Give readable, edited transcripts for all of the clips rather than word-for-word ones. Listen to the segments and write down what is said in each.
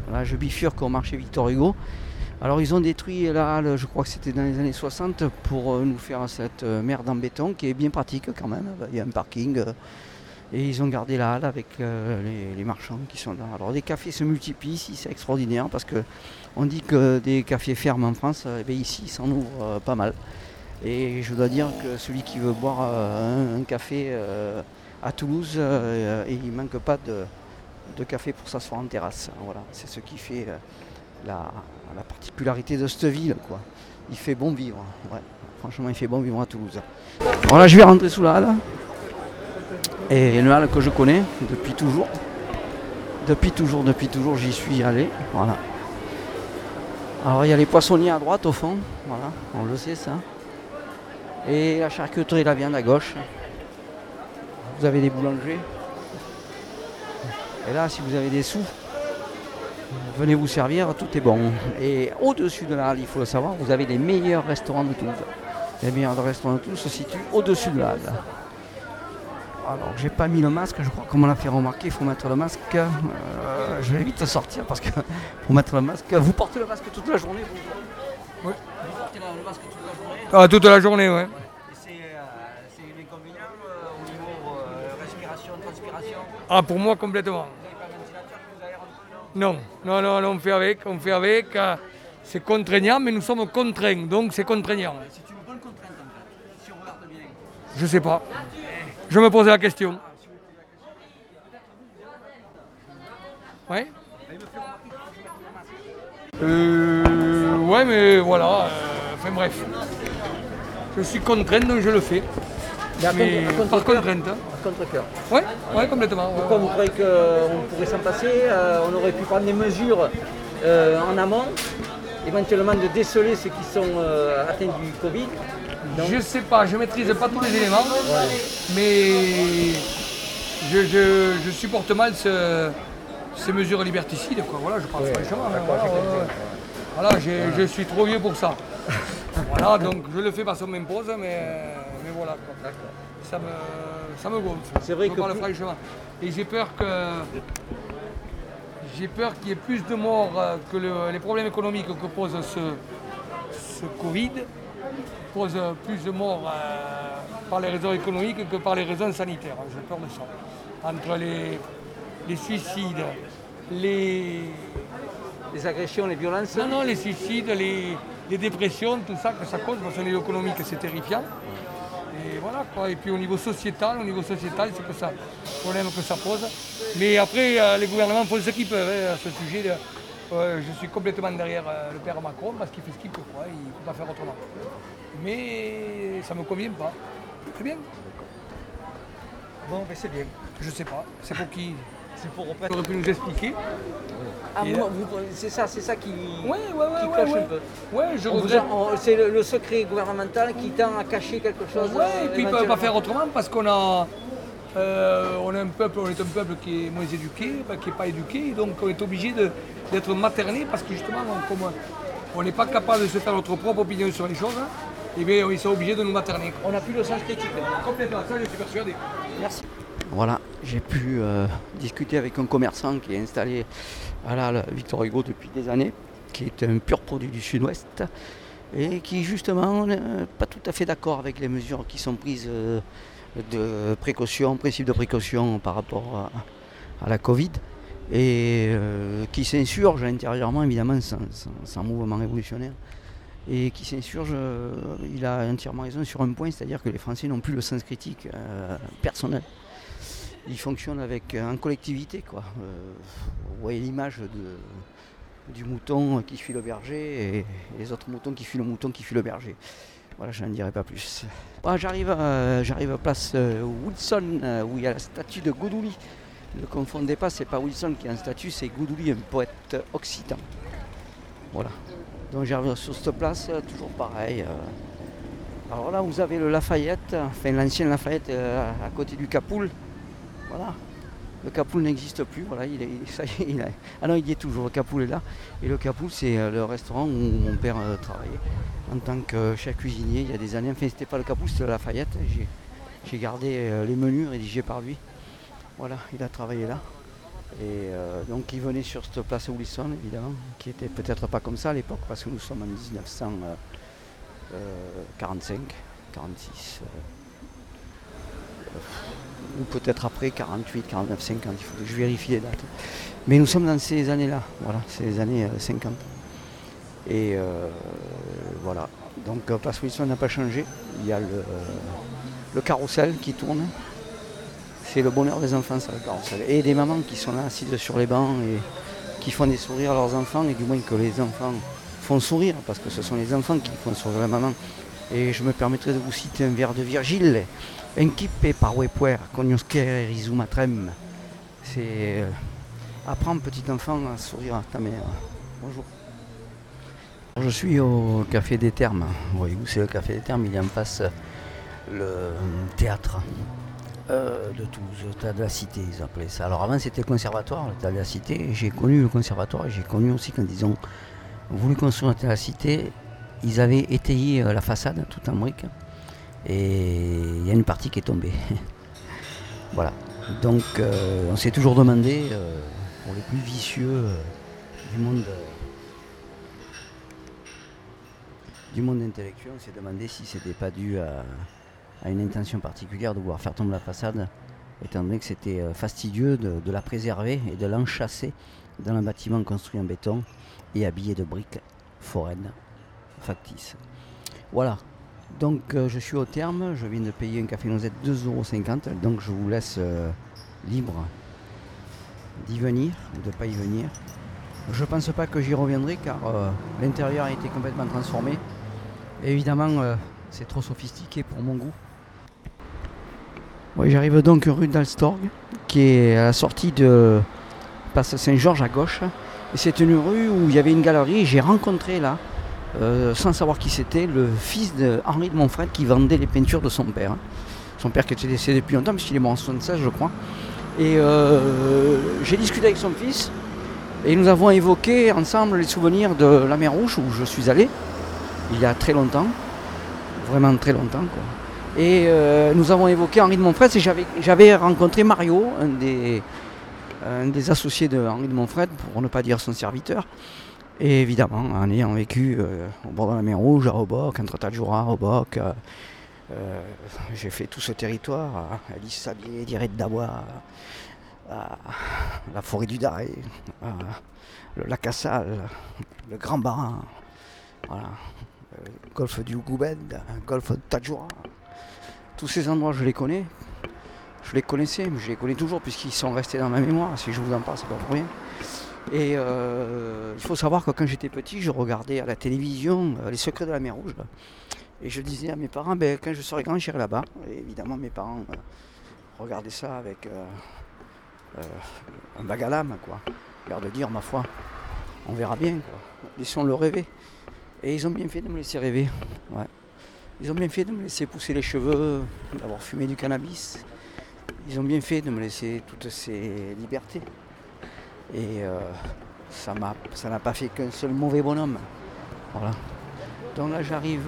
Là, je bifurque au marché Victor Hugo. Alors ils ont détruit la halle, je crois que c'était dans les années 60, pour nous faire cette merde en béton qui est bien pratique quand même. Il y a un parking et ils ont gardé la halle avec les marchands qui sont là. Alors des cafés se multiplient ici, c'est extraordinaire parce que on dit que des cafés ferment en France, et bien ici ils s'en ouvrent pas mal. Et je dois dire que celui qui veut boire un café à Toulouse, il ne manque pas de café pour s'asseoir en terrasse. Voilà, c'est ce qui fait la particularité de cette ville, quoi. Il fait bon vivre. Ouais. Franchement, il fait bon vivre à Toulouse. Alors là, je vais rentrer sous la halle. Et une halle que je connais depuis toujours. Depuis toujours, j'y suis allé. Voilà. Alors il y a les poissonniers à droite au fond. Voilà, on le sait ça. Et la charcuterie et la viande à gauche. Vous avez des boulangers. Et là, si vous avez des sous, venez vous servir, tout est bon. Et au-dessus de la halle, il faut le savoir, vous avez les meilleurs restaurants de Toulouse. Les meilleurs restaurants de Toulouse se situent au-dessus de la halle. Alors, j'ai pas mis le masque, je crois qu'on me l'a fait remarquer, il faut mettre le masque. Je vais vite sortir parce qu'il faut mettre le masque. Vous portez le masque toute la journée, vous? Oui. Vous portez le masque toute la journée? Ah, toute la journée, ouais. C'est une inconvénient au niveau respiration, transpiration? Ah, pour moi, complètement. Vous n'avez pas de ventilateur qui vous aère un peu, non? Non, on fait avec. C'est contraignant, mais nous sommes contraints, donc c'est contraignant. C'est une bonne contrainte en fait, si on regarde bien. Je sais pas. Je me posais la question. Ouais. Ouais, mais voilà. Enfin bref. Je suis contraint, donc je le fais. Mais par contrainte. Hein. Contre-cœur. Ouais, complètement. Vous comprendrez qu'on pourrait s'en passer, on aurait pu prendre des mesures en amont, éventuellement de déceler ceux qui sont atteints du Covid. Donc, Je sais pas, je maîtrise pas tous les éléments, mais je supporte mal ces mesures liberticides, quoi. Voilà, je parle franchement. Voilà, je suis trop vieux pour ça. Voilà, donc je le fais parce qu'on m'impose, mais voilà. Quoi. Ça me gonfle. C'est vrai je que parle franchement. Et j'ai peur qu'il y ait plus de morts que les problèmes économiques que pose ce Covid pose plus de morts par les raisons économiques que par les raisons sanitaires. J'ai peur de ça. Entre les suicides, les agressions, les violences. Non, les suicides, les dépressions, tout ça que ça cause, parce qu'au niveau économique c'est terrifiant. Et voilà quoi. Et puis au niveau sociétal, c'est que ça, le problème que ça pose. Mais après, les gouvernements font ce qu'ils peuvent à ce sujet. Je suis complètement derrière le père Macron parce qu'il fait ce qu'il peut, quoi. Il ne peut pas faire autrement. Mais ça ne me convient pas. Très bien. Bon, mais c'est bien. Je sais pas. C'est pour qui? C'est pour Tu aurais pu nous expliquer. c'est ça qui Ouais. cloche un peu. Ouais, je regrette. C'est le secret gouvernemental qui tend à cacher quelque chose. Ouais, et puis ils ne peuvent pas faire autrement parce qu'on a. On est un peuple qui est moins éduqué, qui n'est pas éduqué, donc on est obligé d'être materné parce que justement, on n'est pas capable de se faire notre propre opinion sur les choses, hein, et bien ils sont obligés de nous materner. On n'a plus le sens critique. Complètement, ça je suis persuadé. Merci. Voilà, j'ai pu discuter avec un commerçant qui est installé à la Victor Hugo depuis des années, qui est un pur produit du Sud-Ouest et qui justement n'est pas tout à fait d'accord avec les mesures qui sont prises de précaution, principe de précaution par rapport à la Covid et qui s'insurge intérieurement évidemment sans mouvement révolutionnaire et qui s'insurge, il a entièrement raison sur un point, c'est-à-dire que les Français n'ont plus le sens critique personnel. Ils fonctionnent en collectivité, quoi. Vous voyez l'image du mouton qui suit le berger et les autres moutons qui suivent le mouton qui suit le berger. Voilà, je n'en dirai pas plus. Bon, j'arrive à place Wilson où il y a la statue de Goudouli. Ne confondez pas, c'est pas Wilson qui a une statue, c'est Goudouli, un poète occitan. Voilà. Donc j'arrive sur cette place, toujours pareil. Alors là, vous avez le Lafayette, enfin l'ancien Lafayette à côté du Capoul. Voilà. Le Capoul n'existe plus, voilà, ah non, il y est toujours, le Capoul est là. Et le Capoul, c'est le restaurant où mon père travaillait en tant que chef cuisinier il y a des années. Enfin, c'était pas le Capoul, c'était le Lafayette. J'ai gardé les menus rédigés par lui. Voilà, il a travaillé là. Et donc ils venaient sur cette place Wilson, évidemment, qui était peut-être pas comme ça à l'époque, parce que nous sommes en 1945, 46, ou peut-être après 48, 49, 50, il faut que je vérifie les dates. Mais nous sommes dans ces années-là, voilà, c'est les années 50. Et voilà, donc place Wilson n'a pas changé, il y a le carrousel qui tourne. C'est le bonheur des enfants, ça, le carrousel. Et des mamans qui sont là assises sur les bancs et qui font des sourires à leurs enfants, et du moins que les enfants font sourire, parce que ce sont les enfants qui font sourire la maman. Et je me permettrai de vous citer un vers de Virgile. Encipe parve puer, cognoscere risumatrem. C'est apprends petit enfant à sourire à ta mère. Bonjour. Je suis au Café des Thermes. Voyez-vous, c'est le Café des Thermes, il est en face le théâtre. De Toulouse, le Théâtre de la Cité, ils appelaient ça. Alors avant c'était le conservatoire, le Théâtre de la Cité, et j'ai connu le conservatoire, et j'ai connu aussi quand ils ont voulu construire le Théâtre de la Cité, ils avaient étayé la façade tout en briques, et il y a une partie qui est tombée. Voilà. Donc on s'est toujours demandé, pour les plus vicieux du monde intellectuel, on s'est demandé si c'était pas dû à une intention particulière de vouloir faire tomber la façade, étant donné que c'était fastidieux de la préserver et de l'enchasser dans un bâtiment construit en béton et habillé de briques foraines factices. Voilà, donc je suis au terme, je viens de payer un café noisette 2,50 €, donc je vous laisse libre d'y venir ou de ne pas y venir. Je ne pense pas que j'y reviendrai car l'intérieur a été complètement transformé. Et évidemment, c'est trop sophistiqué pour mon goût. Oui, j'arrive donc rue d'Alstorg, qui est à la sortie de Place Saint-Georges à gauche. Et c'est une rue où il y avait une galerie et j'ai rencontré là, sans savoir qui c'était, le fils de Henri de Montfred qui vendait les peintures de son père. Son père qui était décédé depuis longtemps, puisqu'il est mort en 1976 je crois. Et j'ai discuté avec son fils et nous avons évoqué ensemble les souvenirs de la mer Rouge où je suis allé il y a très longtemps, vraiment très longtemps quoi. Et nous avons évoqué Henri de Montfred et j'avais rencontré Mario, un des associés de Henri de Montfred, pour ne pas dire son serviteur. Et évidemment, en ayant vécu au bord de la mer Rouge, à Obock, entre Tadjoura, Obock, j'ai fait tout ce territoire, à Lys-Sablier, Direct d'Abois, à la forêt du Daï, le lac Assal, le Grand Barin, voilà, le golfe du Goubed, le golfe de Tadjoura. Tous ces endroits, je les connais. Je les connaissais, mais je les connais toujours puisqu'ils sont restés dans ma mémoire. Si je vous en parle, c'est pas pour rien. Et il faut savoir que quand j'étais petit, je regardais à la télévision Les Secrets de la mer Rouge. Et je disais à mes parents, quand je serai grand, j'irai là-bas. Et évidemment, mes parents regardaient ça avec un bague à l'âme, quoi. L'air de dire, ma foi, on verra bien, quoi. Laissons-le rêver. Et ils ont bien fait de me laisser rêver. Ouais. Ils ont bien fait de me laisser pousser les cheveux, d'avoir fumé du cannabis. Ils ont bien fait de me laisser toutes ces libertés. Et ça n'a pas fait qu'un seul mauvais bonhomme. Voilà. Donc là j'arrive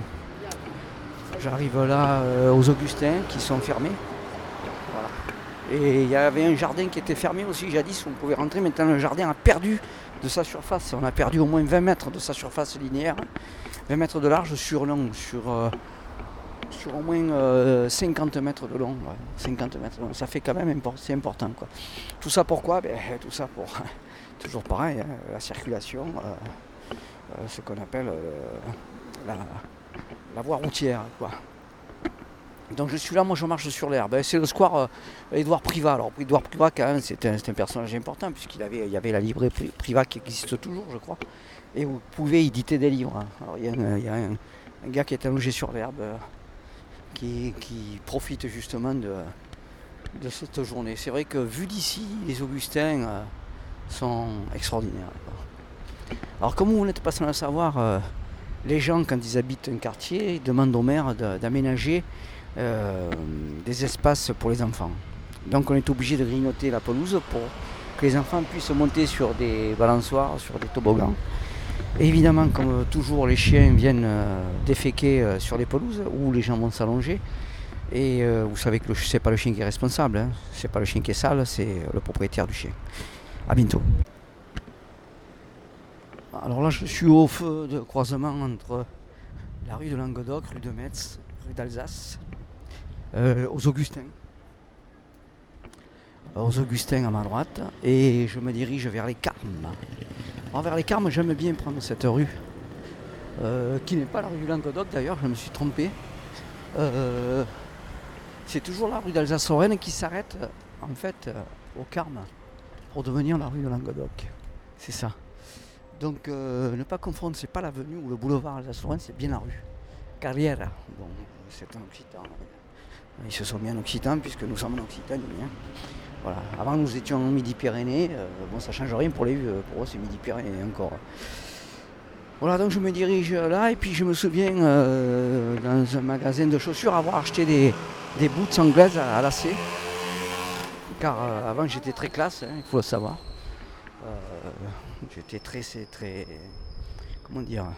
là aux Augustins qui sont fermés. Voilà. Et il y avait un jardin qui était fermé aussi jadis où on pouvait rentrer. Maintenant le jardin a perdu de sa surface. On a perdu au moins 20 mètres de sa surface linéaire. 20 mètres de large sur long, sur au moins 50 mètres de long. Ouais, 50 mètres de long. Ça fait quand même c'est important, quoi. Tout ça pourquoi ? Tout ça pour, toujours pareil, hein, la circulation, ce qu'on appelle la voie routière, quoi. Donc je suis là, moi je marche sur l'herbe. C'est le square Édouard Privat. Alors Édouard Privat quand même c'est un personnage important puisqu'il y avait la librairie Privat qui existe toujours je crois. Et vous pouvez éditer des livres. Alors il y a un gars qui est allongé sur l'herbe qui profite justement de cette journée. C'est vrai que vu d'ici, les Augustins sont extraordinaires. Alors comme vous n'êtes pas sans le savoir, les gens quand ils habitent un quartier, ils demandent au maire d'aménager des espaces pour les enfants. Donc on est obligé de grignoter la pelouse pour que les enfants puissent monter sur des balançoires, sur des toboggans. Et évidemment, comme toujours, les chiens viennent déféquer sur les pelouses où les gens vont s'allonger. Et vous savez que c'est pas le chien qui est responsable, hein. C'est pas le chien qui est sale, c'est le propriétaire du chien. A bientôt. Alors là, je suis au feu de croisement entre la rue de Languedoc, rue de Metz, rue d'Alsace, aux Augustins. Aux Augustins à ma droite, et je me dirige vers les Carmes. Alors vers les Carmes, j'aime bien prendre cette rue, qui n'est pas la rue du Languedoc d'ailleurs, je me suis trompé. C'est toujours la rue d'Alsace-Lorraine qui s'arrête en fait aux Carmes pour devenir la rue de Languedoc. C'est ça. Donc ne pas confondre, c'est pas l'avenue ou le boulevard Alsace-Lorraine, c'est bien la rue. Carrière. Bon, c'est un occitan. Ils se sont mis en occitan puisque nous sommes en Occitanie. Hein. Voilà. Avant nous étions en Midi-Pyrénées, bon ça change rien pour les vieux, pour eux c'est Midi-Pyrénées encore. Voilà, donc je me dirige là et puis je me souviens dans un magasin de chaussures avoir acheté des boots anglaises à lacets. Car avant j'étais très classe, hein, il faut le savoir. J'étais très comment dire,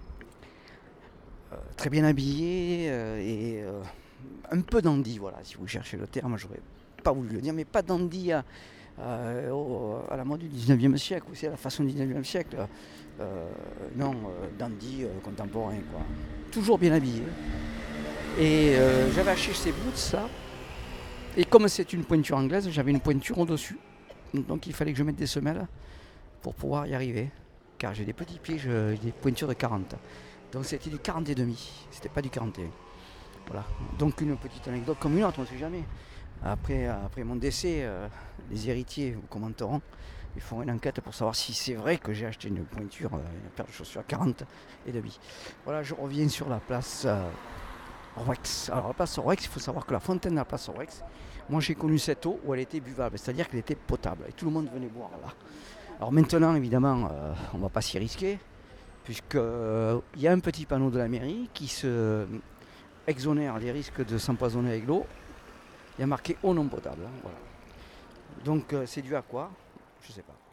très bien habillé et un peu dandy, voilà, si vous cherchez le terme, j'aurais pas voulu le dire, mais pas dandy à la mode du 19e siècle, ou c'est à la façon du 19e siècle. Non, dandy contemporain, quoi. Toujours bien habillé. Et j'avais acheté ces boots là, et comme c'est une pointure anglaise, j'avais une pointure au-dessus. Donc il fallait que je mette des semelles pour pouvoir y arriver. Car j'ai des petits pieds, j'ai des pointures de 40. Donc c'était du 40 et demi, c'était pas du 41. Voilà. Donc une petite anecdote comme une autre, on ne sait jamais. Après mon décès, les héritiers vous commenteront. Ils font une enquête pour savoir si c'est vrai que j'ai acheté une pointure, une paire de chaussures à 40 et demi. Voilà, je reviens sur la place Rouex. Alors la place Rouex, il faut savoir que la fontaine de la place Rouex, moi j'ai connu cette eau où elle était buvable, c'est-à-dire qu'elle était potable et tout le monde venait boire là. Alors maintenant évidemment on ne va pas s'y risquer puisque il y a un petit panneau de la mairie qui se exonère les risques de s'empoisonner avec l'eau. Il y a marqué eau non potable. Hein, voilà. Donc c'est dû à quoi? Je ne sais pas.